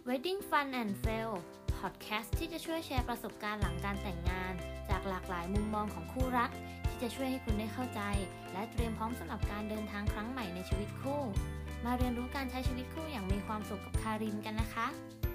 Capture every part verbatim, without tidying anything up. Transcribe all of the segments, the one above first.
Wedding Fun and Fail พอดแคสต์ที่จะช่วยแชร์ประสบการณ์หลังการแต่งงานจากหลากหลายมุมมองของคู่รักที่จะช่วยให้คุณได้เข้าใจและเตรียมพร้อมสำหรับการเดินทางครั้งใหม่ในชีวิตคู่มาเรียนรู้การใช้ชีวิตคู่อย่างมีความสุขกับคารินกันนะคะ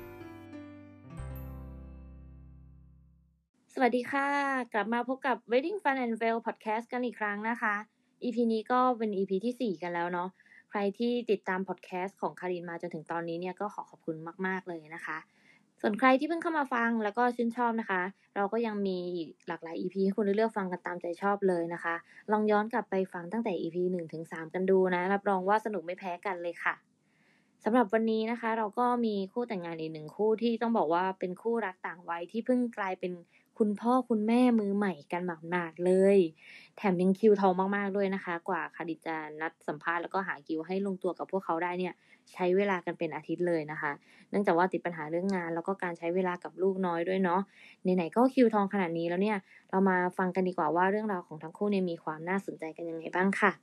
สวัสดีค่ะกลับมาพบกับ Wedding Fun and Fail Podcast กันอีกครั้งนะคะ อี พี นี้ก็เป็น อี พี ที่สี่กันแล้วเนาะใครที่ติดตามพอดแคสต์ของคารินมาจนถึงตอนนี้เนี่ยก็ขอขอบคุณมากๆเลยนะคะส่วนใครที่เพิ่งเข้ามาฟังแล้วก็ชื่นชอบนะคะเราก็ยังมีหลากหลาย อี พี ให้คุณได้เลือกฟังกันตามใจชอบเลยนะคะลองย้อนกลับไปฟังตั้งแต่ อี พี หนึ่งถึงสามกันดูนะรับรองว่าสนุกไม่แพ้กันเลยค่ะสำหรับวันนี้นะคะเราก็มีคู่แต่งงานอีกหนึ่งคู่ที่ต้องบอกว่าเป็นคู่รักต่างวัยที่เพิ่งกลายเป็นคุณพ่อคุณแม่มือใหม่กันหมาดๆเลยแถมยังคิวทองมากๆด้วยนะคะกว่าคารินจะนัดสัมภาษณ์แล้วก็หาคิวให้ลงตัวกับพวกเขาได้เนี่ยใช้เวลากันเป็นอาทิตย์เลยนะคะเนื่องจากว่าติดปัญหาเรื่องงานแล้วก็การใช้เวลากับลูกน้อยด้วยเนาะไหนๆก็คิวทองขนาดนี้แล้วเนี่ยเรามาฟังกันดีกว่าว่าเรื่องราวของทั้งคู่เนี่ยมีความน่าสนใจกันยังไงบ้างค่ะ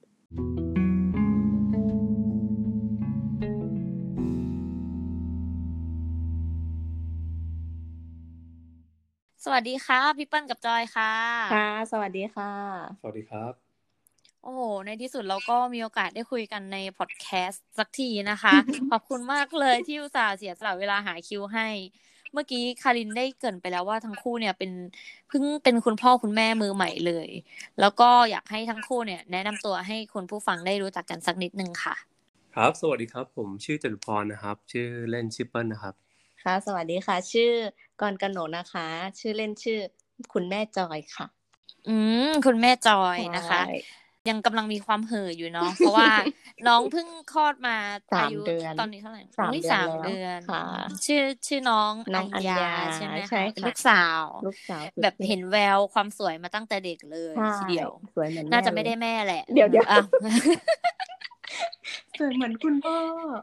สวัสดีค่ะพี่เปิ้ลกับจอยค่ะค่ะสวัสดีค่ะสวัสดีครับโอ้โหในที่สุดเราก็มีโอกาสได้คุยกันในพอดแคสต์สักทีนะคะ ขอบคุณมากเลยที่อุตส่าห์เสียสละเวลาหาคิวให้เมื่อกี้คารินได้เกริ่นไปแล้วว่าทั้งคู่เนี่ยเป็นเพิ่งเป็นคุณพ่อคุณแม่มือใหม่เลยแล้วก็อยากให้ทั้งคู่เนี่ยแนะนำตัวให้คุณผู้ฟังได้รู้จักกันสักนิดนึงค่ะครับสวัสดีครับผมชื่อจตุพรนะครับชื่อเล่นชื่อเปิ้ลนะครับค่ะสวัสดีค่ะชื่อกรกนกนะคะชื่อเล่นชื่อคุณแม่จอยค่ะอืมคุณแม่จอยนะคะยังกำลังมีความเห่ออยู่เนาะเพราะว่าน้องเพิ่งคลอดมาอายุตอนนี้เท่าไหร่สามเดือนสามเดือนค่ะชื่อชื่อน้องอัญญาใช่ไหมคะเป็นลูกสาวลูกสาวแบบเห็นแววความสวยมาตั้งแต่เด็กเลยทีเดียวสวยเหมือนน่าจะไม่ได้แม่แหละเดี๋ยวเดี๋ยวสวยเหมือนคุณพ่อ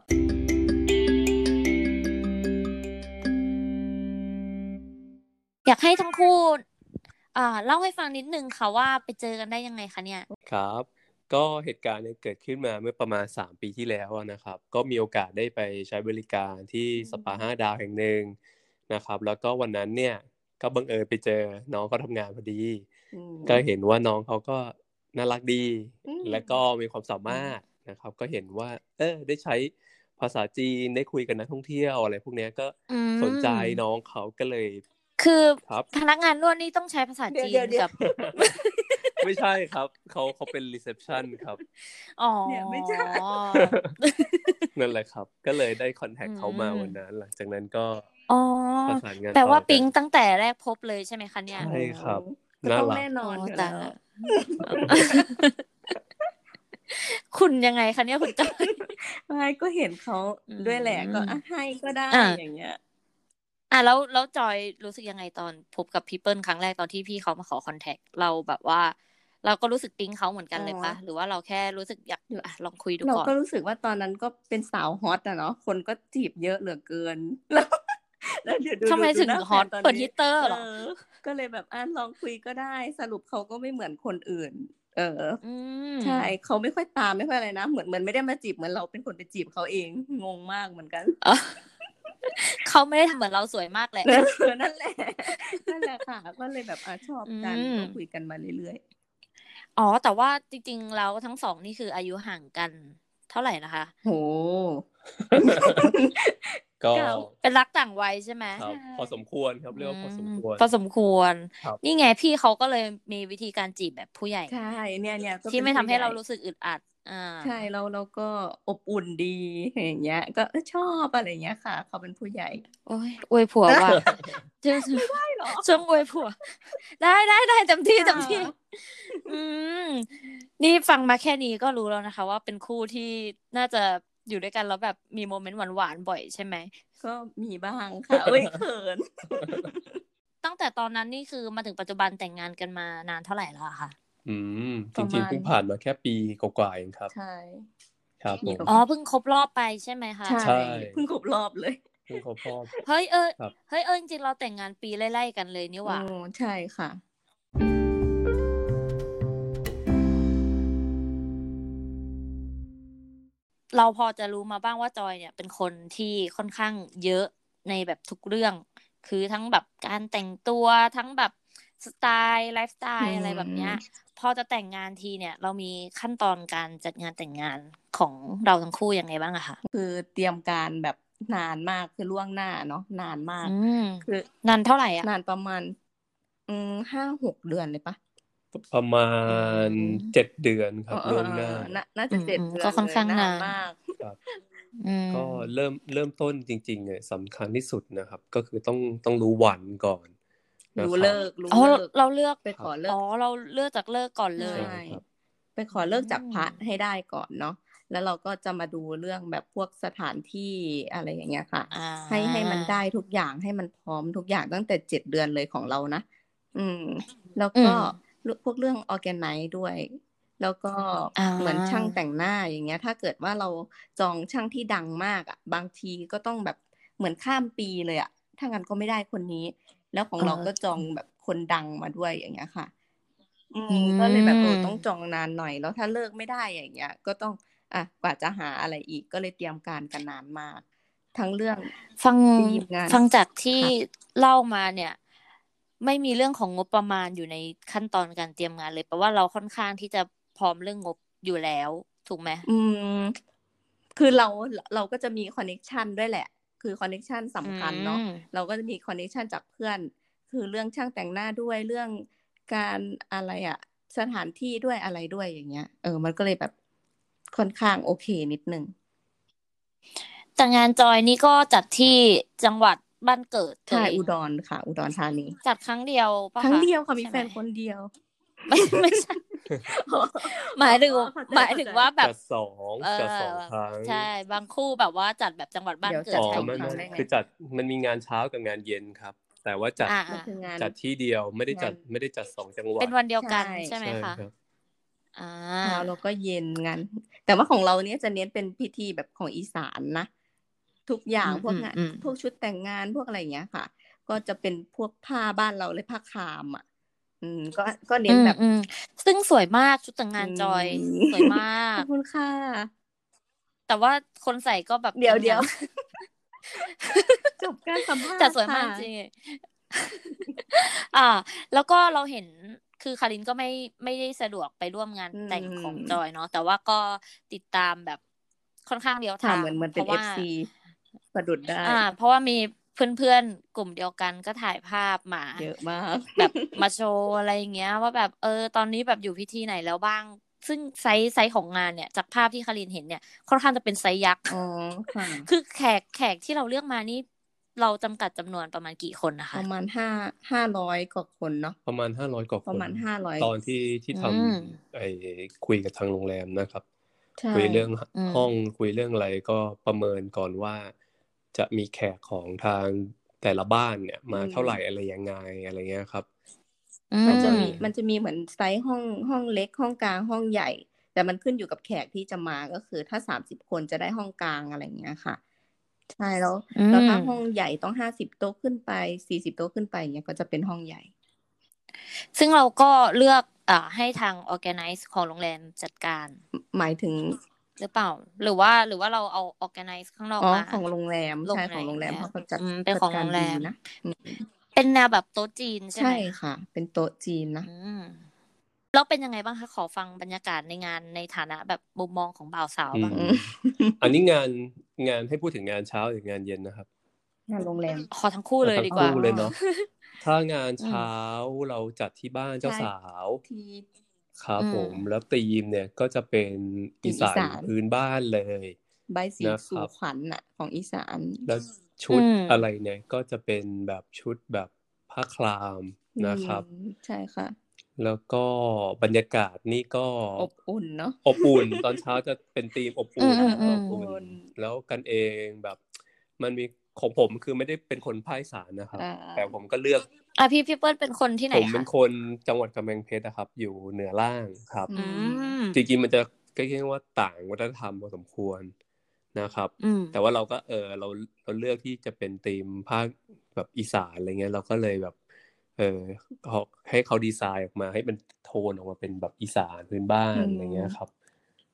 อยากให้ทั้งคู่อ่าเล่าให้ฟังนิดนึงค่ะว่าไปเจอกันได้ยังไงคะเนี่ยครับก็เหตุการณ์เนี่ยเกิดขึ้นมาเมื่อประมาณสามปีที่แล้วนะครับก็มีโอกาสได้ไปใช้บริการที่สปาห้าดาวแห่งหนึ่งนะครับแล้วก็วันนั้นเนี่ยก็บังเอิญไปเจอน้องเขาทำงานพอดีก็เห็นว่าน้องเขาก็น่ารักดีและก็มีความสามารถนะครับก็เห็นว่าเออได้ใช้ภาษาจีนได้คุยกับนักท่องเที่ยวอะไรพวกนี้ก็สนใจน้องเขาก็เลยคือพนักงานนวดนี่ต้องใช้ภาษาจีนกับไม่ใช่ครับเขาเขาเป็นรีเซพชันครับอ๋อเนี่ยไม่ใช่นั่นแหละครับก็เลยได้คอนแทคเขามาวันนั้นหลังจากนั้นก็ประสานงานแปลว่าปิ๊งตั้งแต่แรกพบเลยใช่ไหมคะเนี่ยใช่ครับน่ารักแน่นอนแต่คุณยังไงคะเนี่ยคุณจอยไม่ก็เห็นเขาด้วยแหละก็ให้ก็ได้อย่างเงี้ยอ่ะแล้วแล้วจอยรู้สึกยังไงตอนพบกับพี่เปิ้ลครั้งแรกตอนที่พี่เขามาขอคอนแทคเราแบบว่าเราก็รู้สึกปิ๊งเขาเหมือนกันเลยปะหรือว่าเราแค่รู้สึกอยากลองคุยดูก่อนเราก็รู้สึกว่าตอนนั้นก็เป็นสาวฮอตอ่ะเนาะคนก็จีบเยอะเหลือเกินแล้วแล้วเดี๋ยวดูทำไมถึงฮอตเปิดฮิตเตอร์หรอก็เลยแบบอ่ะลองคุยก็ได้สรุปเขาก็ไม่เหมือนคนอื่นเออใช่เขาไม่ค่อยตามไม่ค่อยอะไรนะเหมือนเหมือนไม่ได้มาจีบเหมือนเราเป็นคนไปจีบเขาเองงงมากเหมือนกันเขาไม่ได้ทำเหมือนเราสวยมากแหละนั่นแหละนั่นแหละค่ะก็เลยแบบอ่ะชอบกันก็คุยกันมาเรื่อยๆอ๋อแต่ว่าจริงๆแล้วทั้งสองนี่คืออายุห่างกันเท่าไหร่นะคะโหก็เป็นรักต่างวัยใช่ไหมครับพอสมควรครับเรียกว่าพอสมควรพอสมควรนี่ไงพี่เขาก็เลยมีวิธีการจีบแบบผู้ใหญ่ใช่เนี่ยเนี่ยที่ไม่ทำให้เรารู้สึกอึดอัดอ่าใช่เราเราก็อบอุ่นดีอย่างเงี้ยก็ชอบอะไรเงี้ยค่ะเขาเป็นผู้ใหญ่โอ้ยอวยผัวว่ะไม่ได้หรอช่วงอวยผัวได้ได้ได้เต็มที่เต็มที่อืมนี่ฟังมาแค่นี้ก็รู้แล้วนะคะว่าเป็นคู่ที่น่าจะอยู่ด้วยกันแล้วแบบมีโมเมนต์หวานๆบ่อยใช่ไหมก็มีบ้างค่ะเอ้ยเขินตั้งแต่ตอนนั้นนี่คือมาถึงปัจจุบันแต่งงานกันมานานเท่าไหร่แล้วคะอืมจริงๆเพิ่งผ่านมาแค่ปีกว่าๆเองครับใช่ครับผมอ๋อเพิ่งครบรอบไปใช่ไหมคะใช่เพิ่งครบรอบเลยเพิ่งครบรอบเฮ้ยเออเฮ้ยเออจริงๆเราแต่งงานปีไล่ๆกันเลยนี่หว่าโอ้ใช่ค่ะเราพอจะรู้มาบ้างว่าจอยเนี่ยเป็นคนที่ค่อนข้างเยอะในแบบทุกเรื่องคือทั้งแบบการแต่งตัวทั้งแบบสไตล์ไลฟ์สไตล์อะไรแบบเนี้ยพอจะแต่งงานทีเนี่ยเรามีขั้นตอนการจัดงานแต่งงานของเราทั้งคู่ยังไงบ้างอะคะคือเตรียมการแบบนานมากคือล่วงหน้าเนาะนานมากคือนานเท่าไหร่อะนานประมาณอืมห้าหกเดือนเลยปะประมาณเจ็ดเดือนครับล่วงหน้าน่าจะเจ็ดเดือนก็ค่อนข้างนานมากครับก็เริ่มเริ่มต้นจริงๆเนี่ยสำคัญที่สุดนะครับก็คือต้องต้องรู้วันก่อนรู้เลิกรู้เลิกเราเลือกไปขอเลิกอ๋อเราเลือกจากเลิกก่อนเลยใช่ไปขอเลิกจากพระให้ได้ก่อนเนาะแล้วเราก็จะมาดูเรื่องแบบพวกสถานที่อะไรอย่างเงี้ยค่ะให้ให้มันได้ทุกอย่างให้มันพร้อมทุกอย่างตั้งแต่เจ็ดเดือนเลยของเรานะอืมแล้วก็พวกเรื่อง organize ด้วยแล้วก็เหมือนช่างแต่งหน้าอย่างเงี้ยถ้าเกิดว่าเราจองช่างที่ดังมากอ่ะบางทีก็ต้องแบบเหมือนข้ามปีเลยอ่ะถ้างั้นก็ไม่ได้คนนี้แล้วของเราก็จองแบบคนดังมาด้วยอย่างเงี้ยค่ะอืมก็เลยแบบเออต้องจองนานหน่อยแล้วถ้าเลิกไม่ได้อย่างเงี้ยก็ต้องอ่ะกว่าจะหาอะไรอีกก็เลยเตรียมการกันนานมากทั้งเรื่องฟังฟังจากที่เล่ามาเนี่ยไม่มีเรื่องของงบประมาณอยู่ในขั้นตอนการเตรียมงานเลยแปลว่าเราค่อนข้างที่จะพร้อมเรื่องงบอยู่แล้วถูกไหมอืมคือเราเราก็จะมีคอนเนคชันด้วยแหละคือคอนเนคชันสำคัญเนาะเราก็จะมีคอนเนคชันจากเพื่อนคือเรื่องช่างแต่งหน้าด้วยเรื่องการอะไรอะสถานที่ด้วยอะไรด้วยอย่างเงี้ยเออมันก็เลยแบบค่อนข้างโอเคนิดนึงแต่งานจอยนี่ก็จัดที่จังหวัดบ้านเกิดใช่อุดรค่ะอุดรธานีจัดครั้งเดียวป่ะคะครั้งเดียวค่ะมีแฟนคนเดียวไม่ไม่ใช่หมายถึงหมายถึงว่าแบบจัดสองจัดสองครั้งใช่บางคู่แบบว่าจัดแบบจังหวัดบ้านเกิดใช่มันคือจัดมันมีงานเช้ากับงานเย็นครับแต่ว่าจัดจัดที่เดียวไม่ได้จัดไม่ได้จัดสองจังหวัดเป็นวันเดียวกันใช่ไหมคะอ่าเช้าแล้วก็เย็นงานแต่ว่าของเราเนี้ยจะเน้นเป็นพิธีแบบของอีสานนะทุกอย่างพวกงานพวกชุดแต่งงานพวกอะไรอย่างเงี้ยค่ะก็จะเป็นพวกผ้าบ้านเราเลยผ้าคามอ่ะอืมก็ก็เน้นแบบซึ่งสวยมากชุดแต่งงานจอยสวยมากขอบคุณค่ะแต่ว่าคนใส่ก็แบบเดี๋ยวเดี๋ยวจบการสัมภาษณ์แต่สวยมากจริงอ่าแล้วก็เราเห็นคือคารินก็ไม่ไม่ได้สะดวกไปร่วมงานแต่งของจอยเนาะแต่ว่าก็ติดตามแบบค่อนข้างเดียวทางเหมือนเหมือนเป็น เอฟ ซี สะดุดได้อ่าเพราะว่ามีเพื่อนๆกลุ่มเดียวกันก็ถ่ายภาพมาเยอะมากแบบมาโชว์อะไรอย่างเงี้ยว่าแบบเออตอนนี้แบบอยู่พิธีไหนแล้วบ้างซึ่งไซส์ไซส์ของงานเนี่ยจากภาพที่คารินเห็นเนี่ยค่อนข้างจะเป็นไซส์ยักษ์อ๋อค่ะคือแขกแขกที่เราเลือกมานี่เราจำกัดจำนวนประมาณกี่คนนะคะประมาณห้าห้าร้อยกว่าคนเนาะประมาณห้าร้อยกว่าคนประมาณห้าร้อยตอนที่ที่ทำไอ้คุยกับทางโรงแรมนะครับคุยเรื่องห้องคุยเรื่องอะไรก็ประเมินก่อนว่าจะมีแขกของทางแต่ละบ้านเนี่ยมาเท่าไหร่อะไรยังไงอะไรเงี้ยครับมันจะมีมันจะมีเหมือนไซส์ห้องห้องเล็กห้องกลางห้องใหญ่แต่มันขึ้นอยู่กับแขกที่จะมาก็คือถ้าสามสิบคนจะได้ห้องกลางอะไรเงี้ยค่ะใช่แล้วแล้วถ้าห้องใหญ่ต้องห้าสิบโต๊ะขึ้นไปสี่สิบโต๊ะขึ้นไปเงี้ยก็จะเป็นห้องใหญ่ซึ่งเราก็เลือกอ่าให้ทาง organize ของโรงแรมจัดการหมายถึงหรือเปล่าหรือว่าหรือว่าเราเอา organize ข้างนอกมาของโรงแรมใช่ของโรงแรมเพราะเขาจัดเป็นของโรงแรมนะเป็นแนวแบบโต๊ะจีนใช่ไหมใช่ค่ะเป็นโต๊ะจีนนะแล้วเป็นยังไงบ้างคะขอฟังบรรยากาศในงานในฐานะแบบมุมมองของบ่าวสาวบ้างอันนี้งานงานให้พูดถึงงานเช้าหรืองานเย็นนะครับงานโรงแรมขอทั้งคู่เลยดีกว่าทั้งคู่เลยเนาะถ้างานเช้าเราจัดที่บ้านเจ้าสาวครับผมแล้วธีมเนี่ยก็จะเป็นอีสานพื้นบ้านเลยใบสีสู่ขวัญน่ะของอีสานแล้วชุดอะไรเนี่ยก็จะเป็นแบบชุดแบบผ้าคลามนะครับใช่ค่ะแล้วก็บรรยากาศนี่ก็อบอุ่นเนาะอบอุ่นตอนเช้าจะเป็นธีมอบอุ่นอบอุ่นแล้วกันเองแบบมันมีของผมคือไม่ได้เป็นคนภาคอีสานนะครับแต่ผมก็เลือกอ่ะพี่พี่เปิ้ลเป็นคนที่ไหนคะผมเป็นคนจังหวัดกำแพงเพชรนะครับอยู่เหนือล่างครับจริงๆมันจะก็เรียกว่าต่างวัฒนธรรมพอสมควรนะครับแต่ว่าเราก็เออเราเราเลือกที่จะเป็นธีมภาคแบบอีสานอะไรเงี้ยเราก็เลยแบบเออให้เขาดีไซน์ออกมาให้เป็นโทนออกมาเป็นแบบอีสานพื้นบ้านอะไรเงี้ยครับ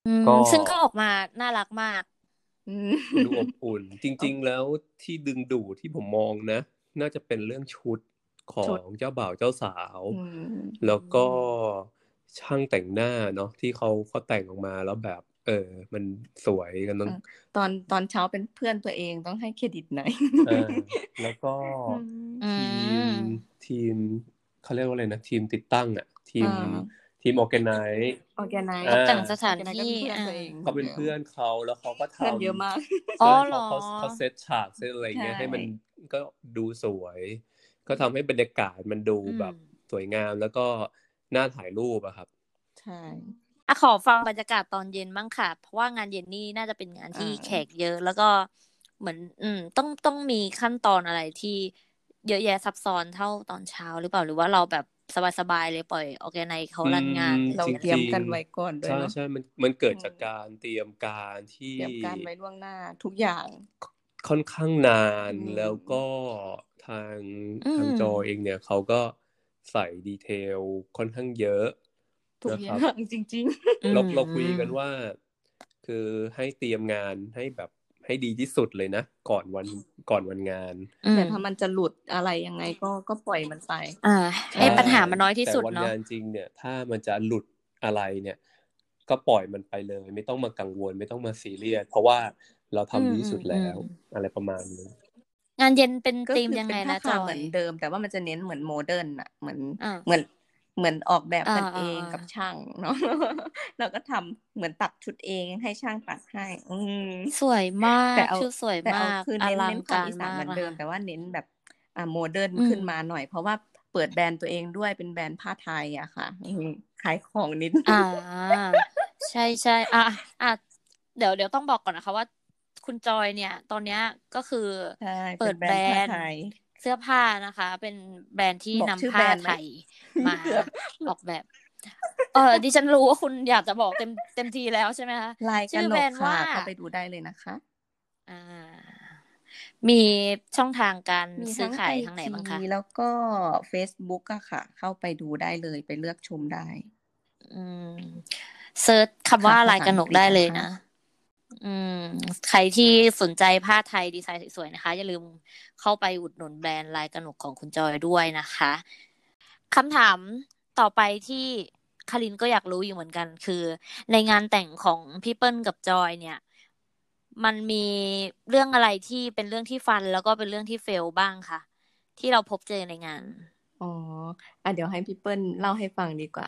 ก็ซึ่งก็ออกมาน่ารักมากดูอบอุ่นจริงๆแล้วที่ดึงดูดที่ผมมองนะน่าจะเป็นเรื่องชุดของเจ้าบ่าวเจ้าสาวแล้วก็ช่างแต่งหน้าเนาะที่เขาเขาแต่งออกมาแล้วแบบเออมันสวยกันต้องตอนตอนเช้าเป็นเพื่อนตัวเองต้องให้เครดิตหน่อยแล้วก็ทีมทีมเขาเรียกว่าอะไรนะทีมติดตั้งอ่ะทีมทีมออร์แกไนซ์ออร์แกไนซ์แต่งสถานที่เขาเป็นเพื่อนเขาแล้วเขาก็ทำเยอะมากอ๋อเหรอเขาเซตฉากเซตอะไรเงี้ยให้มันก็ดูสวยก็ทำให้บรรยากาศมันดูแบบสวยงามแล้วก็น่าถ่ายรูปอะครับใช่อะขอฟังบรรยากาศตอนเย็นบ้างค่ะเพราะว่างานเย็นนี่น่าจะเป็นงานที่แขกเยอะแล้วก็เหมือนอืมต้องต้องมีขั้นตอนอะไรที่เยอะแยะซับซ้อนเท่าตอนเช้าหรือเปล่าหรือว่าเราแบบสบายๆเลยปล่อยออร์แกไนซ์เขารันงานเราเตรียมกันไว้ก่อนด้วยเนาะใช่ๆมันมันเกิดจากการเตรียมการที่เตรียมการไว้ล่วงหน้าทุกอย่างค่อนข้างนานแล้วก็ทางทางจอเองเนี่ยเขาก็ใส่ดีเทลค่อนข้างเยอะทุกอย่างจริงๆเราเราคุยกันว่าคือให้เตรียมงานให้แบบให้ดีที่สุดเลยนะก่อนวันก่อนวันงานแต่ถ้ามันจะหลุดอะไรยังไงก็ก็ปล่อยมันไปอ่าให้ปัญหามันน้อยที่สุดเนาะแต่วันงานจริงเนี่ยถ้ามันจะหลุดอะไรเนี่ยก็ปล่อยมันไปเลยไม่ต้องมากังวลไม่ต้องมาซีเรียสเพราะว่าเราทำดีที่สุดแล้วอะไรประมาณนี้งานเย็นเป็นธีมยังไงนะจอยเหมือนเดิมแต่ว่ามันจะเน้นเหมือนโมเดิร์นอ่ะเหมือนเหมือนเหมือนออกแบบกันเองกับช่างเนาะเราก็ทำเหมือนตัดชุดเองให้ช่างตัดให้อืมสวยมากชุดสวยมากคือเน้นเน้นความอีสานเหมือนเดิมแต่ว่าเน้นแบบอ่าโมเดิร์นขึ้นมาหน่อยเพราะว่าเปิดแบรนด์ตัวเองด้วยเป็นแบรนด์ผ้าไทยอะค่ะขายของนิดอ่าใช่ใช่อ่ะอ่ะเดี๋ยวเดี๋ยวต้องบอกก่อนนะคะว่าคุณจอยเนี่ยตอนนี้ก็คือเปิดแบรนด์เสื้อผ้านะคะเป็นแบรนด์ที่นำผ้าไทยมาออกแบบเออดิฉันรู้ว่าคุณอยากจะบอกเต็มเต็มทีแล้วใช่ไหมคะชื่อแบรนด์ว่าเข้าไปดูได้เลยนะคะอ่ามีช่องทางการซื้อขายทางไหนบ้างคะแล้วก็ Facebook อะค่ะเข้าไปดูได้เลยไปเลือกชมได้อืมเซิร์ชคำว่าลายกนกได้เลยนะอืมใครที่สนใจผ้าไทยดีไซน์สวยๆนะคะอย่าลืมเข้าไปอุดหนุนแบรนด์ลายกนกของคุณจอยด้วยนะคะคำถามต่อไปที่คารินก็อยากรู้อยู่เหมือนกันคือในงานแต่งของพี่เปิ้ลกับจอยเนี่ยมันมีเรื่องอะไรที่เป็นเรื่องที่ฟันแล้วก็เป็นเรื่องที่เฟลบ้างคะที่เราพบเจอในงานอ๋ออ่ะเดี๋ยวให้พี่เปิ้ลเล่าให้ฟังดีกว่า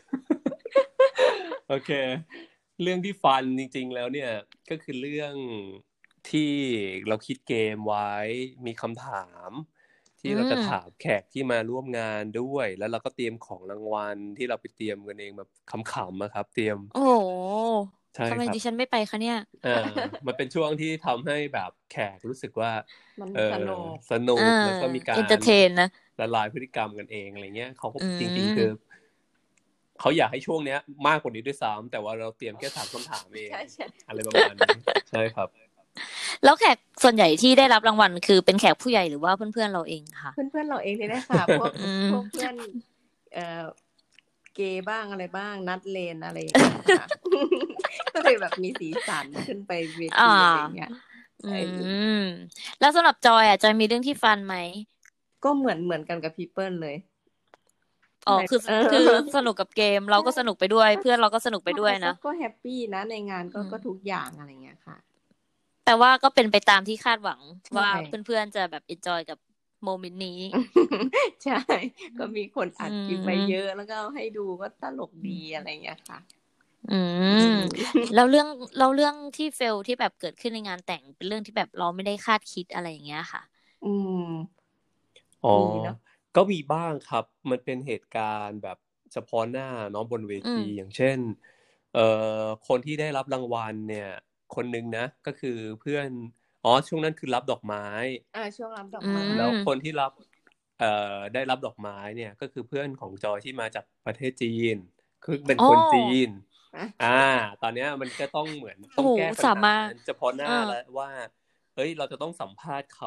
โอเคเรื่องที่ฟันจริงๆแล้วเนี่ยก็คือเรื่องที่เราคิดเกมไว้มีคำถามที่เราจะถามแขกที่มาร่วมงานด้วยแล้วเราก็เตรียมของรางวัลที่เราไปเตรียมกันเองแบบขำๆนะครับเตรียมโอ้โหใช่ครับทำไมดิฉันไม่ไปคะเนี่ยอ่ามันเป็นช่วงที่ทำให้แบบแขกรู้สึกว่ามันสนุกสนุกแล้วก็มีการ entertain นะละลายพฤติกรรมกันเองอะไรเงี้ยเขาจริงๆคือเขาอยากให้ช่วงเนี้ยมากกว่านี้ด้วยซ้ำแต่ว่าเราเตรียมแค่ถามคำถามเองอะไรประมาณนี้ใช่ครับแล้วแขกส่วนใหญ่ที่ได้รับรางวัลคือเป็นแขกผู้ใหญ่หรือว่าเพื่อนๆเราเองค่ะเพื่อนๆเราเองเลยนะคะพวกพวกเพื่อนเอ่อเกย์บ้างอะไรบ้างนัดเลนอะไรอย่างเงี้ยค่ะก็เลยแบบมีสีสันขึ้นไปเวทีอะไรอย่างเงี้ยอืมแล้วสำหรับจอยอ่ะจอยมีเรื่องที่ฟันไหมก็เหมือนเหมือนกันกับพีเปิ้ลเลยอ๋อคือคือสนุกกับเกมเราก็สนุกไปด้วยเพื่อนเราก็สนุกไปด้วยนะก็แฮปปี้นะในงานก็ก็ทุกอย่างอะไรเงี้ยค่ะแต่ว่าก็เป็นไปตามที่คาดหวังว่าเพื่อนๆจะแบบเอนจอยกับโมเมนต์นี้ใช่ก็มีคนอัดคลิปไปเยอะแล้วก็ให้ดูก็ตลกดีอะไรเงี้ยค่ะอืมแล้วเรื่องเราเรื่องที่เฟลที่แบบเกิดขึ้นในงานแต่งเป็นเรื่องที่แบบเราไม่ได้คาดคิดอะไรอย่างเงี้ยค่ะอืมอ๋อก็มีบ้างครับมันเป็นเหตุการณ์แบบเฉพาะหน้าเนาะบนเวทีอย่างเช่นเอ่อคนที่ได้รับรางวัลเนี่ยคนนึงนะก็คือเพื่อนอ๋อช่วงนั้นคือรับดอกไม้อ่าช่วงรับดอกไม้แล้วคนที่รับเอ่อได้รับดอกไม้เนี่ยก็คือเพื่อนของจอยที่มาจากประเทศจีนคือเป็นคนจีนอ่าตอนนี้มันก็ต้องเหมือนต้องแก้ปัญหาเฉพาะหน้าแล้วว่าเฮ้ยเราจะต้องสัมภาษณ์เขา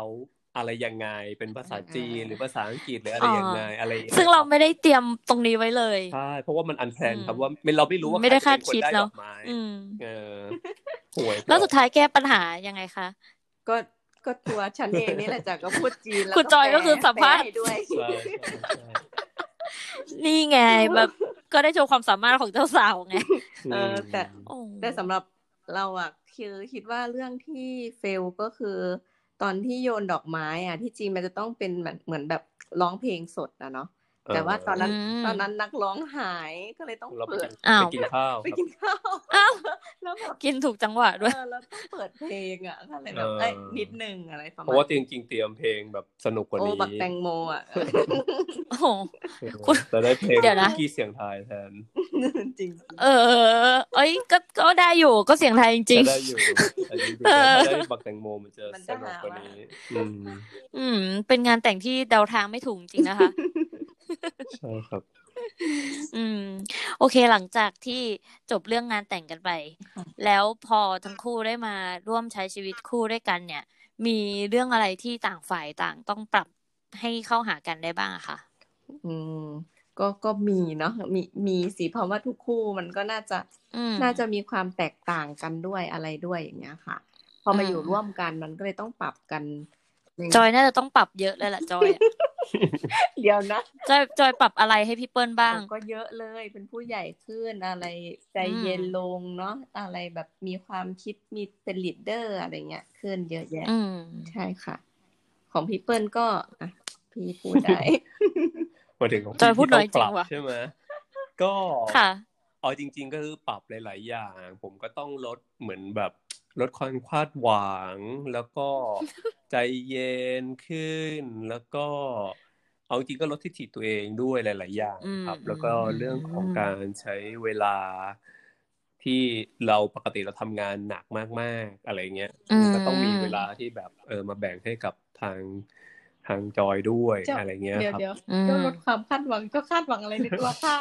อะไรยังไงเป็นภาษาจีนหรือภาษาอังกฤษหรืออะไรยังไงอะไรอย่างเงี้ยซึ่งเราไม่ได้เตรียมตรงนี้ไว้เลยใช่เพราะว่ามันอันแพลนครับว่าเราไม่รู้ว่าไม่ได้คาดใรจะคิดเป็นนได้ดเนาะอกไม้อืมเออห่วยแล้วสุดท้ายแก้ปัญหายังไงคะก็ก็ตัวฉันเองนี่แหละจ้ะก็พูดจีนแล้วคุณจอยก็คือสัมภาษณ์แปลให้ด้วยใช่ใช่ใช่นี่ไงแบบก็ได้โชว์ความสามารถของเจ้าสาวไงเออแต่โอ้แต่สำหรับเราอ่ะคือคิดว่าเรื่องที่เฟลก็คือตอนที่โยนดอกไม้อ่ะที่จริงมันจะต้องเป็นเหมือนเหมือนแบบร้องเพลงสดนะเนาะแต่ว่าตอนนั้นอืมตอนนั้นนักร้องหายก็เลยต้องเราไปเปิดกินอ้าวไปกินข้าวไปครับกินข้าวอ้าวแล้วแบบกินถูกจังหวะเอด้วยอแล้วต้องเปิดเพลงอ่ะก็เลยแบบเออเอ้ยนิดนึงอะไรประมาณเพราะว่าจริงๆเตรียมเพลงแบบสนุกกว่าโอ้นี้บักแตงโมอ่ะโอ้โหเออคุณแต่ได้เพลงเดี๋ยวนะที่เสียงไทยแทนจริงเออเอ้ยก็ก็ได้อยู่ก็เสียงไทยจริงจะได้อยู่แต่จริงๆเออถ้าได้บักแตงโมมันจะมันสจะนุกหากว่าว่านี้อืมๆ อืม เป็นงานแต่งที่เดาทางไม่ถูกจริงนะคะใช่ครับอืม โอเคหลังจากที่จบเรื่องงานแต่งกันไป แล้วพอทั้งคู่ได้มาร่วมใช้ชีวิตคู่ด้วยกันเนี่ย มีเรื่องอะไรที่ต่างฝ่ายต่างต้องปรับให้เข้าหากันได้บ้างอะคะอืมก็ก็มีเนาะมีมีสิเพราะว่าทุกคู่มันก็น่าจะอืมน่าจะมีความแตกต่างกันด้วยอะไรด้วยอย่างเงี้ยค่ะ พอมาอืมอยู่ร่วมกันมันก็เลยต้องปรับกันในจอยน่าจะต้องปรับเยอะเลยแหละจอยอะเดี๋ยวนะจอยจอยปรับอะไรให้พี่เปิ้ลบ้างก็เยอะเลยเป็นผู้ใหญ่ขึ้นอะไรใจอืมเย็นลงเนาะอะไรแบบมีความคิดมีเป็นลีดเดอร์อะไรเงี้ยขึ้นเยอะแยะอืมใช่ค่ะ ของพี่เปิ้ลก็อ่ะพี่พูดได้มาถึงของจอยพูดหน่อยที่ต้ปรับจริงว่ะใช่ไหมก็ค่ะเอาจริง ๆ ก็คือปรับหลาย ๆ อย่าง ผมก็ต้องลดเหมือนแบบลดความคาดหวัง แล้วก็ ใจเย็นขึ้น แล้วก็ เอาจริงๆก็ลดทิฐิตัวเองด้วยหลาย ๆ อย่างอืมครับ แล้วก็อืมเรื่องของการใช้เวลาที่เราปกติเราทำงานหนักมาก ๆ อะไรเงี้ยอืมก็ต้องมีเวลาที่แบบเออมาแบ่งให้กับทางทางจอยด้วยเจ้าอะไรเงี้ยเดี๋ยวครับเดี๋ยวอืมเจ้าลดความคาดหวังเจ้าคาดหวังอะไรในตัวข้า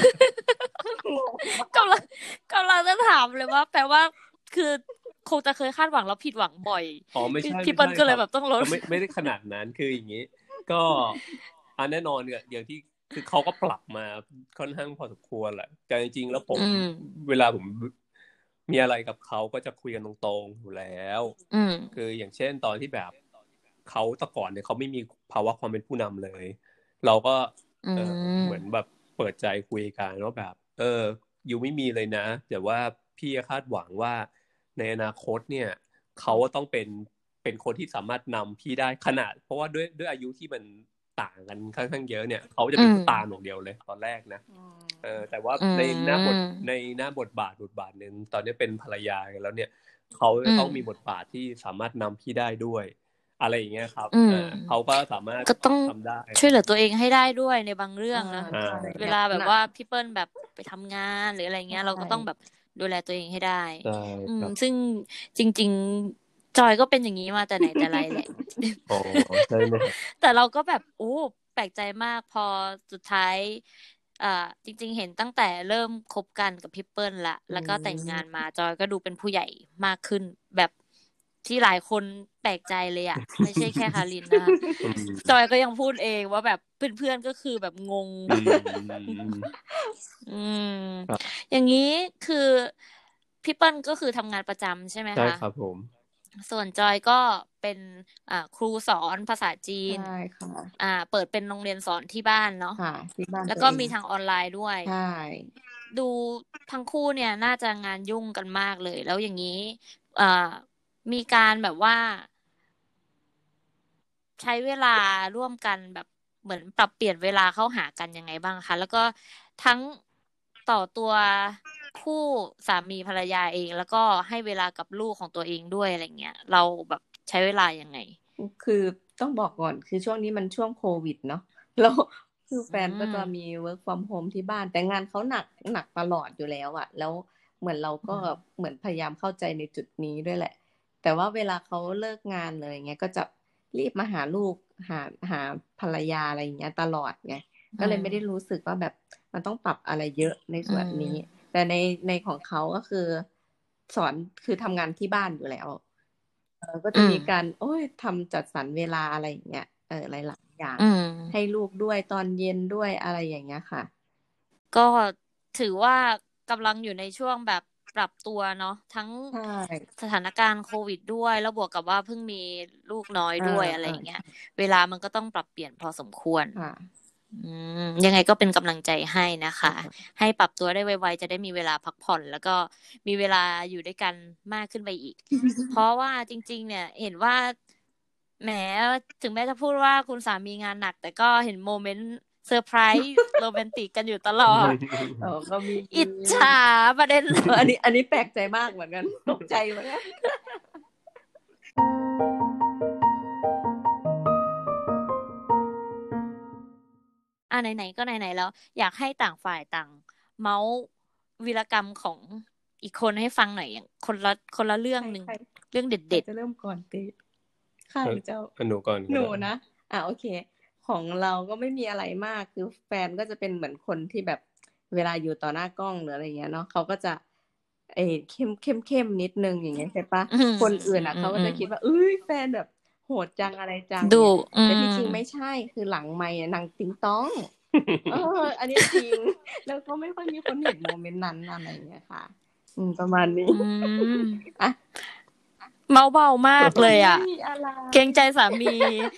กำลังกำลังจะถามเลยว่า แปลว่าคือคงจะเคยคาดหวังแล้วผิดหวังบ่อยอ๋อไม่พี่ใช่พี่ไม่เปิ้ลใช่ก็เลยคแบรับบต้องลดก็ไม่ไม่ได้ขนาดนั้นคืออย่างนี้ ก็อันแน่นอนเนี่ยอย่างที่คือเขาก็ปรับมาค่อนข้างพอสมควรแหละแต่จริงๆแล้วผมอืมเวลาผมมีอะไรกับเขาก็จะคุยกันตรงๆอยู่แล้วอืมคืออย่างเช่นตอนที่แบบเขาแต่ก่อนเนี่ยเขาไม่มีภาวะความเป็นผู้นำเลย เราก็อืเออมเหมือนแบบเปิดใจคุยกันว่าแบบ เออยูไม่มีเลยนะแต่ว่าพี่คาดหวังว่าในอนาคตเนี่ยเขาต้องเป็นเป็นคนที่สามารถนำพี่ได้ขนาด เพราะว่าด้วยด้วยอายุที่มันต่างกันค่อนข้างเยอะเนี่ยเขาจะเป็นผู้ตามอย่างเดียวเลยตอนแรกนะ เออแต่ว่าอืมในหน้าบทในหน้าบทบาทบทบาทหนึ่งตอนนี้เป็นภรรยากันแล้วเนี่ยเขาจะต้องมีบทบาทที่สามารถนำพี่ได้ด้วย อะไรอย่างเงี้ยครับอืมเออเขาก็สามารถก็ต้องทำได้ช่วยเหลือตัวเองให้ได้ด้วยในบางเรื่องนะอ่าเวลาแบบว่าพี่เปิ้ลแบบไปทำงานหรืออะไรเงี้ย เราก็ต้องแบบดูแลตัวเองให้ได้ใช่อืคมรับซึ่งจริง ๆ จอยก็เป็นอย่างนี้มาแต่ไหนแต่ไรแหละอ๋อใช่ไหมครับแต่เราก็แบบโอ้แปลกใจมากพอสุดท้ายอ่าจริง ๆ เห็นตั้งแต่เริ่มคบกันกับพี่เปิ้ลละแล้วก็แต่งงานมาจอยก็ดูเป็นผู้ใหญ่มากขึ้น แบบที่หลายคนแปลกใจเลยอ่ะ ไม่ใช่แค่คารินนะคะอืมจอยก็ยังพูดเองว่าแบบเพื่อนๆก็คือแบบงงอืมอืมครับอย่างนี้คือพี่เปิ้ลก็คือทำงานประจำใช่ไหมใช่คะครับผมส่วนจอยก็เป็นอ่าครูสอนภาษาจีนใช่ค่ะอ่า เปิดเป็นโรงเรียนสอนที่บ้านเนาะค่ะที่บ้านแล้วก็ตัวเองมีทางออนไลน์ด้วยใช่ดูทั้งคู่เนี่ยน่าจะงานยุ่งกันมากเลย แล้วอย่างนี้อ่ามีการแบบว่า ใช้เวลาร่วมกันแบบเหมือนปรับเปลี่ยนเวลาเข้าหากันยังไงบ้างคะ แล้วก็ทั้งต่อตัวคู่สามีภรรยาเอง แล้วก็ให้เวลากับลูกของตัวเองด้วยอะไรเงี้ย เราแบบใช้เวลายังไงคือต้องบอกก่อนคือช่วงนี้มันช่วงโควิดเนาะ แล้วคือแฟนอืมก็จะมี work from home ที่บ้าน แต่งานเขาหนักหนักตลอดอยู่แล้วอะแล้วเหมือนเราก็อืมเหมือนพยายามเข้าใจในจุดนี้ด้วยแหละ แต่ว่าเวลาเขาเลิกงานเลยอย่างเงี้ยก็จะรีบมาหาลูกหาหาภรรยาอะไรอย่างเงี้ยตลอดไง ก็เลยไม่ได้รู้สึกว่าแบบมันต้องปรับอะไรเยอะในส่วนนี้ แต่ในในของเขาก็คือสอนคือทำงานที่บ้านอยู่แล้วอก็จะมีการโอ้ยทำจัดสรรเวลาอะไรอย่างเงี้ยเออหลายๆอย่างให้ลูกด้วยตอนเย็นด้วยอะไรอย่างเงี้ยค่ะก็ถือว่ากำลังอยู่ในช่วงแบบปรับตัวเนาะทั้งสถานการณ์โควิดด้วยแล้วบวกกับว่าเพิ่งมีลูกน้อยด้วยอะไรอย่างเงี้ยเวลามันก็ต้องปรับเปลี่ยนพอสมควรอืมยังไงก็เป็นกำลังใจให้นะคะให้ปรับตัวได้ไวๆจะได้มีเวลาพักผ่อนแล้วก็มีเวลาอยู่ด้วยกันมากขึ้นไปอีก เพราะว่าจริงๆเนี่ยเห็นว่าแหมถึงแม้จะพูดว่าคุณสามีงานหนักแต่ก็เห็นโมเมนต์เซอร์ไพรส์โรแมนติกกันอยู่ตลอดเออก็มีอิจฉาประเด็นอันนี้อันนี้แปลกใจมากเหมือนกันตกใจเหมือนกันอ่ะไหนๆก็ไหนๆแล้วอยากให้ต่างฝ่ายต่างเมาส์วีรกรรมของอีกคนให้ฟังหน่อยอย่างคนละคนละเรื่องนึงเรื่องเด็ดๆจะเริ่มก่อนติค่ะเจ้าหนูก่อนหนูนะอ่ะโอเคของเราก็ไม่มีอะไรมากคือแฟนก็จะเป็นเหมือนคนที่แบบเวลาอยู่ต่อหน้ากล้องหรืออะไรเงี้ยเนาะเขาก็จะเอเข้มเข้มเข้มนิดนึงอย่างเงี้ยใช่ปะคนอื่นอ่ะเขาก็จะคิดว่าเอ้ยแฟนแบบโหดจังอะไรจังดูแต่ที่จริงไม่ใช่คือหลังไมค์นางติ๊งต้องเอออันนี้จริงแล้วก็ไม่ค่อยมีคนเห็นโมเมนต์นั้นอะไรอย่างเงี้ยค่ะอืมประมาณนี้อ่ะเมาเบามากเลยอ่ะเกรงใจสามี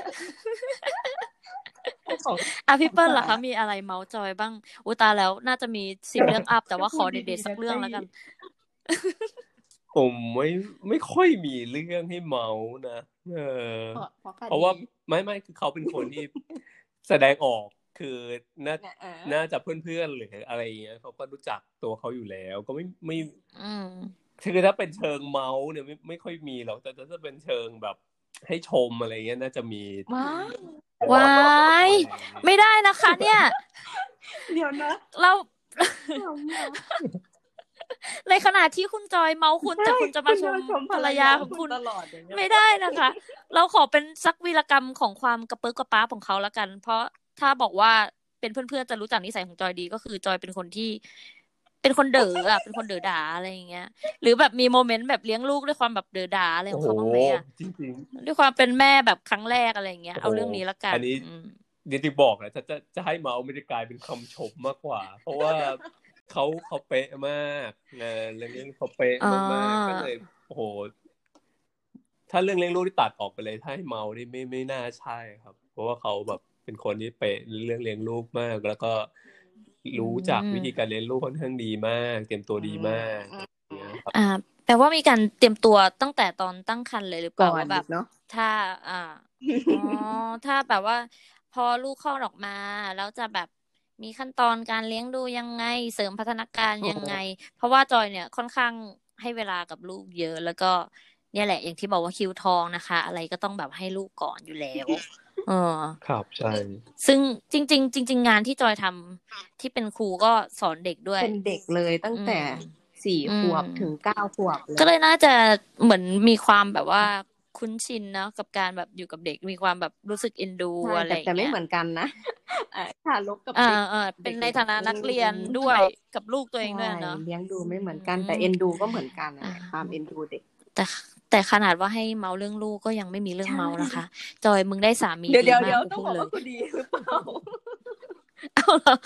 อ่ะพี่เปิ้ลล่ะคะมีอะไรเมาจอยบ้างอุตาแล้วน่าจะมีสิบเรื่องอัพแต่ว่าขอเด็ดๆสักเรื่องแล้วกันผมไม่ไม่ค่อยมีเรื่องให้เมานะเออเพราะว่าไม่ไม่คือเขาเป็นคนที่แสดงออกคือน่าน่าจะเพื่อนๆหรืออะไรอย่างเงี้ยเขาก็รู้จักตัวเขาอยู่แล้วก็ไม่ไม่คือถ้าเป็นเชิงเมาเนี่ยไม่ไม่ค่อยมีหรอกแต่ถ้าเป็นเชิงแบบให้ชมอะไรเงี้ยน่าจะมีว้ายไม่ได้นะคะเนี่ยเดี๋ยวนะเราในขณะที่คุณจอยเมาคุณแต่คุณจะมาชมภรรยาของคุณไม่ได้นะคะเราขอเป็นสักวีรกรรมของความกระเปิ๊กกระป๊าของเขาแล้วกันเพราะถ้าบอกว่าเป็นเพื่อนๆจะรู้จักนิสัยของจอยดีก็คือจอยเป็นคนที่เป็นคนเด๋ออ่ะเป็นคนเด๋อด่าอะไรอย่างเงี้ยหรือแบบมีโมเมนต์แบบเลี้ยงลูกด้วยความแบบเด๋อด่าอะไรของเขาบ้างไหมอ่ะจริงๆด้วยความเป็นแม่แบบครั้งแรกอะไรอย่างเงี้ยเอาเรื่องนี้ละกันอันนี้เดี๋ยวที่บอกนะจะจะจะให้เมาไม่ได้กลายเป็นคำชมมากกว่าเพราะว่าเขาเขาเป๊ะมากนะเรื่องนี้เขาเป๊ะมากๆก็เลยโอ้โหถ้าเรื่องเลี้ยงลูกที่ตัดออกไปเลยถ้าให้เมานี่ไม่ไม่น่าใช่ครับเพราะว่าเขาแบบเป็นคนที่เป๊ะเรื่องเลี้ยงลูกมากแล้วก็รู้จักวิธีการเลี้ยงลูกค่อนข้างดีมากเตรียมตัวดีมากอ่าแปลว่ามีการเตรียมตัวตั้งแต่ตอนตั้งครรภ์เลยหรือเปล่าว่าแบบถ้าอ่าอ๋อถ้าแบบว่าพอลูกคลอดออกมาแล้วจะแบบมีขั้นตอนการเลี้ยงดูยังไงเสริมพัฒนาการยังไงเพราะว่าจอยเนี่ยค่อนข้างให้เวลากับลูกเยอะแล้วก็เนี่ยแหละอย่างที่บอกว่าคิวทองนะคะอะไรก็ต้องแบบให้ลูกก่อนอยู่แล้วเออครับใช่ซึ่งจริงๆจริงๆงานที่จอยทำที่เป็นครูก็สอนเด็กด้วยเป็นเด็กเลยตั้งแต่สี่ขวบถึงเก้าขวบเลยก็เลยน่าจะเหมือนมีความแบบว่าคุ้นชินเนาะกับการแบบอยู่กับเด็กมีความแบบรู้สึกเอ็นดูอะไรอย่างเงี้ยแต่ไม่เหมือนกันนะทารกกับเด็กเออๆเป็นในฐานะนักเรียนด้วยกับลูกตัวเองด้วยเนาะเลี้ยงดูไม่เหมือนกันแต่เอ็นดูก็เหมือนกันความเอ็นดูเด็กแต่แต่ขนาดว่าให้เมาเรื่องลูกก็ยังไม่มีเรื่องเมานะคะจอยมึงได้สามีดีมากกูพูดเลยต้องบอกว่ากูดีหรือเปล่าเอาเหรอ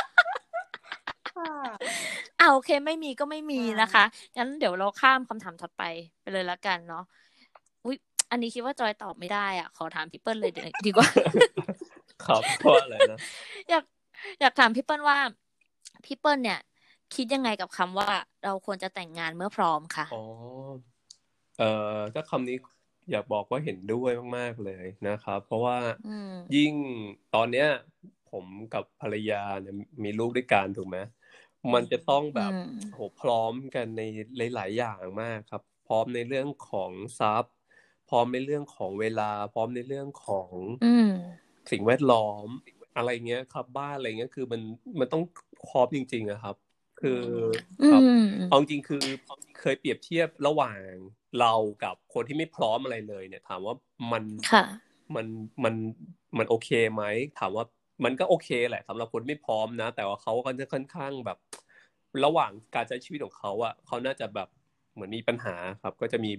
อ่าโอเคไม่มีก็ไม่มีนะคะงั้นเดี๋ยวเราข้ามคำถามถัดไปไปเลยละกันเนาะอุ๊ยอันนี้คิดว่าจอยตอบไม่ได้อ่ะขอถามพี่เปิ้ลเลยดีกว่าครับเพราะอะไรนะอยากอยากถามพี่เปิ้ลว่าพี่เปิ้ลเนี่ยคิดยังไงกับคำว่าเราควรจะแต่งงานเมื่อพร้อมคะอ๋อเอ่อถ้าคำนี้อยากบอกว่าเห็นด้วยมากๆเลยนะครับเพราะว่ายิ่งตอนเนี้ยผมกับภรรยาเนี่ยมีลูกด้วยกันถูกไหมมันจะต้องแบบโหพร้อมกันในหลายๆอย่างมากครับพร้อมในเรื่องของทรัพย์พร้อมในเรื่องของเวลาพร้อมในเรื่องของสิ่งแวดล้อมอะไรเงี้ยครับบ้านอะไรเงี้ยคือมันมันต้องพร้อมจริงๆอะครับคือครับเอาจริงคือเคยเปรียบเทียบระหว่างเรากับคนที่ไม่พร้อมอะไรเลยเนี่ยถามว่ามันมันมันมันโอเคไหมถามว่ามันก็โอเคแหละสำหรับคนไม่พร้อมนะแต่ว่าเขาก็จะค่อนข้างแบบระหว่างการใช้ชีวิตของเขาอ่ะเขาน่าจะแบบเหมือนมีปัญหาครับก็จะมีแบบ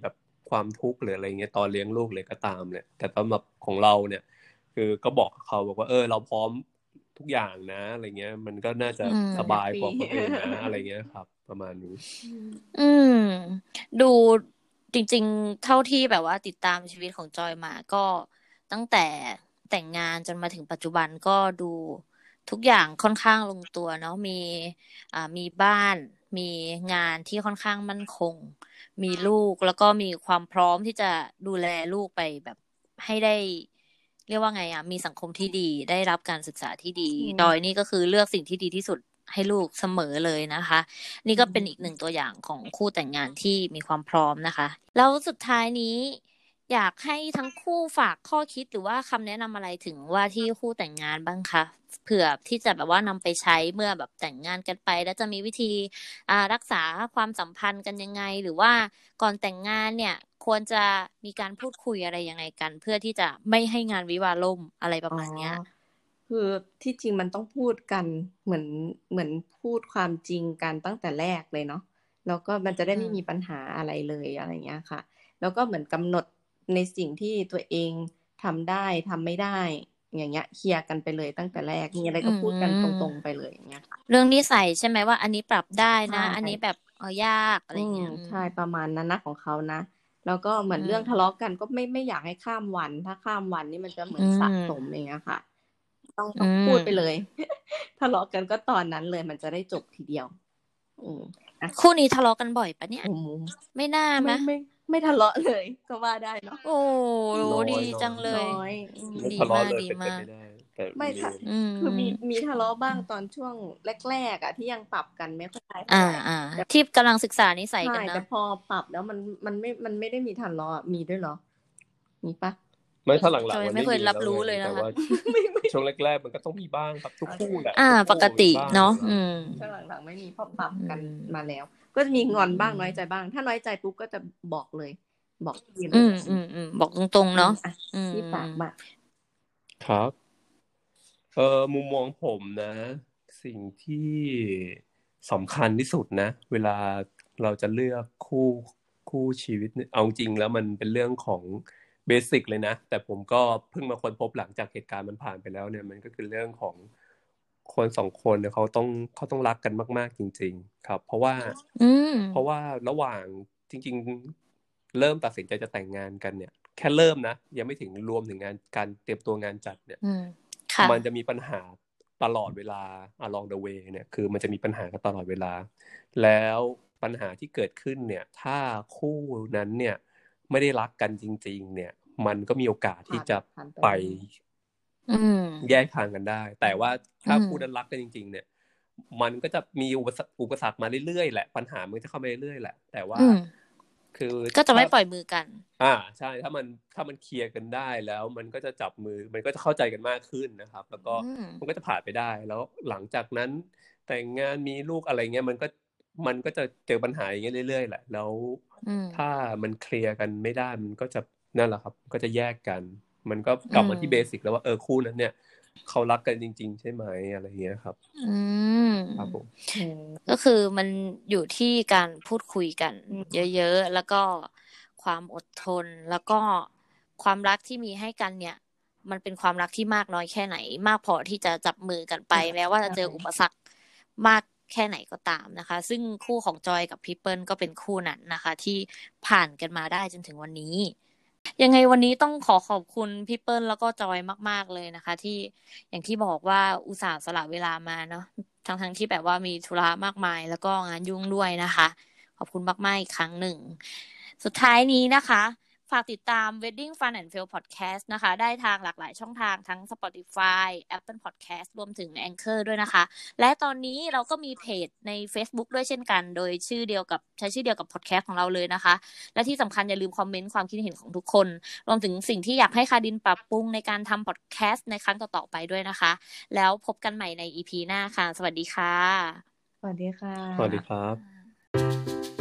ความทุกข์หรืออะไรเงี้ยตอนเลี้ยงลูกเลยก็ตามเนี่ยแต่สำหรับของเราเนี่ยคือก็บอกเขาบอกว่าเออเราพร้อมทุกอย่างนะอะไรเงี้ยมันก็น่าจะสบายกว่าคนอื่นนะอะไรเงี้ยครับประมาณนี้อืมดูจริงๆเท่าที่แบบว่าติดตามชีวิตของจอยมาก็ตั้งแต่แต่งงานจนมาถึงปัจจุบันก็ดูทุกอย่างค่อนข้างลงตัวเนาะมีอ่ามีบ้านมีงานที่ค่อนข้างมั่นคงมีลูกแล้วก็มีความพร้อมที่จะดูแลลูกไปแบบให้ได้เรียกว่าไงอ่ะมีสังคมที่ดีได้รับการศึกษาที่ดีจอยนี่ก็คือเลือกสิ่งที่ดีที่สุดให้ลูกเสมอเลยนะคะนี่ก็เป็นอีกหนึ่งตัวอย่างของคู่แต่งงานที่มีความพร้อมนะคะแล้วสุดท้ายนี้อยากให้ทั้งคู่ฝากข้อคิดหรือว่าคำแนะนำอะไรถึงว่าที่คู่แต่งงานบ้างคะเผื่อที่จะแบบว่านำไปใช้เมื่อแบบแต่งงานกันไปแล้วจะมีวิธีอ่ารักษาความสัมพันธ์กันยังไงหรือว่าก่อนแต่งงานเนี่ยควรจะมีการพูดคุยอะไรยังไงกันเพื่อที่จะไม่ให้งานวิวาห์ล่มอะไรประมาณเนี้ยคือที่จริงมันต้องพูดกันเหมือนเหมือนพูดความจริงกันตั้งแต่แรกเลยเนาะแล้วก็มันจะได้ไม่มีปัญหาอะไรเลยอะไรเงี้ยค่ะแล้วก็เหมือนกำหนดในสิ่งที่ตัวเองทำได้ทำไม่ได้อย่างเงี้ยเคลียร์กันไปเลยตั้งแต่แรกมีอะไรก็พูดกันตรงๆไปเลยอย่างเงี้ยค่ะเรื่องนิสัยใช่ไหมว่าอันนี้ปรับได้นะอันนี้แบบเออยากอะไรเงี้ยใช่ประมาณนั้นนะของเขานะแล้วก็เหมือนเรื่องทะเลาะกันก็ไม่ไม่อยากให้ข้ามวันถ้าข้ามวันนี่มันจะเหมือนสะสมอย่างเงี้ยค่ะต้องต้องพูดไปเลยทะเลาะกันก็ตอนนั้นเลยมันจะได้จบทีเดียวคู่นี้ทะเลาะกันบ่อยปะเนี่ยไม่น่าไหมไม่ไม่ไม่ทะเลาะเลยก็ว่าได้เนาะโอ้ดีจังเลยดีมากดีมากไม่ค่ะคือมีมีทะเลาะบ้างตอนช่วงแรกๆอ่ะที่ยังปรับกันไม่ค่อยได้อ่าอ่าที่กำลังศึกษานิสัยกันนะแต่พอปรับแล้วมันมันไม่มันไม่ได้มีทะเลาะมีด้วยเหรอมีปะไม่ถ้าหลังๆมันไม่เคยรับรู้เลยนะคะช่วงแรกๆมันก็ต้องมีบ้างครับทุกคู่แหละอ่าปกติเนาะอืมช่วงหลังๆไม่มีพอปรับกันมาแล้วก็จะมีงอนบ้างน้อยใจบ้างถ้าน้อยใจปุ๊บก็จะบอกเลยบอกทีเลยอืมอืมอืมบอกตรงๆเนาะที่ปากมาครับเออมุมมองผมนะสิ่งที่สำคัญที่สุดนะเวลาเราจะเลือกคู่คู่ชีวิตเอาจริงแล้วมันเป็นเรื่องของเบสิกเลยนะแต่ผมก็เพิ่งมาค้นพบหลังจากเหตุการณ์มันผ่านไปแล้วเนี่ยมันก็คือเรื่องของคนสองคนเนี่ยเขาต้องเขาต้องรักกันมากๆจริงๆครับเพราะว่าเพราะว่าระหว่างจริงๆเริ่มตัดสินใจจะแต่งงานกันเนี่ยแค่เริ่มนะยังไม่ถึงรวมถึงงานการเตรียมตัวงานจัดเนี่ยมันจะมีปัญหาตลอดเวลา along the way เนี่ยคือมันจะมีปัญหากันตลอดเวลาแล้วปัญหาที่เกิดขึ้นเนี่ยถ้าคู่นั้นเนี่ยไม่ได้รักกันจริงๆเนี่ยมันก็มีโอกาสที่จะไปแยกทางกันได้แต่ว่าถ้าคู่นั้นรักกันจริงๆเนี่ยมันก็จะมีอุปสรรคอุปสรรคมาเรื่อยๆแหละปัญหามันจะเข้ามาเรื่อยๆแหละแต่ว่าคือก็จะไม่ปล่อยมือกันอ่าใช่ถ้ามันถ้ามันเคลียร์กันได้แล้วมันก็จะจับมือมันก็จะเข้าใจกันมากขึ้นนะครับแล้วก็มันก็จะผ่านไปได้แล้วหลังจากนั้นแต่งงานมีลูกอะไรเงี้ยมันก็มันก็จะเจอปัญหาอย่างเงี้ยเรื่อยๆแหละแล้วถ้ามันเคลียร์กันไม่ได้มันก็จะนั่นแหละครับก็จะแยกกันมันก็กลับมาที่เบสิกแล้วว่าเออคู่นั้นเนี่ยเขารักกันจริงๆใช่ไหมอะไรเงี้ยครับอืมครับผมก็คือมันอยู่ที่การพูดคุยกันเยอะๆแล้วก็ความอดทนแล้วก็ความรักที่มีให้กันเนี่ยมันเป็นความรักที่มากน้อยแค่ไหนมากพอที่จะจับมือกันไปแม้ว่าจะเจออุปสรรคมากแค่ไหนก็ตามนะคะซึ่งคู่ของจอยกับพี่เปิ้ลก็เป็นคู่นั้นนะคะที่ผ่านกันมาได้จนถึงวันนี้ยังไงวันนี้ต้องขอขอบคุณพี่เปิ้ลแล้วก็จอยมากๆเลยนะคะที่อย่างที่บอกว่าอุตส่าห์สละเวลามาเนาะทั้งๆที่แบบว่ามีธุระมากมายแล้วก็งานยุ่งด้วยนะคะขอบคุณมากๆอีกครั้งหนึ่งสุดท้ายนี้นะคะฝากติดตาม Wedding Fun and Fail Podcast นะคะได้ทางหลากหลายช่องทางทั้ง Spotify Apple Podcast รวมถึง Anchor ด้วยนะคะและตอนนี้เราก็มีเพจใน Facebook ด้วยเช่นกันโดยชื่อเดียวกับใช้ชื่อเดียวกับ podcast ของเราเลยนะคะและที่สำคัญอย่าลืมคอมเมนต์ความคิดเห็นของทุกคนรวมถึงสิ่งที่อยากให้คาดินปรับปรุงในการทำ podcast ในครั้งต่อๆไปด้วยนะคะแล้วพบกันใหม่ใน อี พี หน้าค่ะสวัสดีค่ะสวัสดีค่ะสวัสดีครับ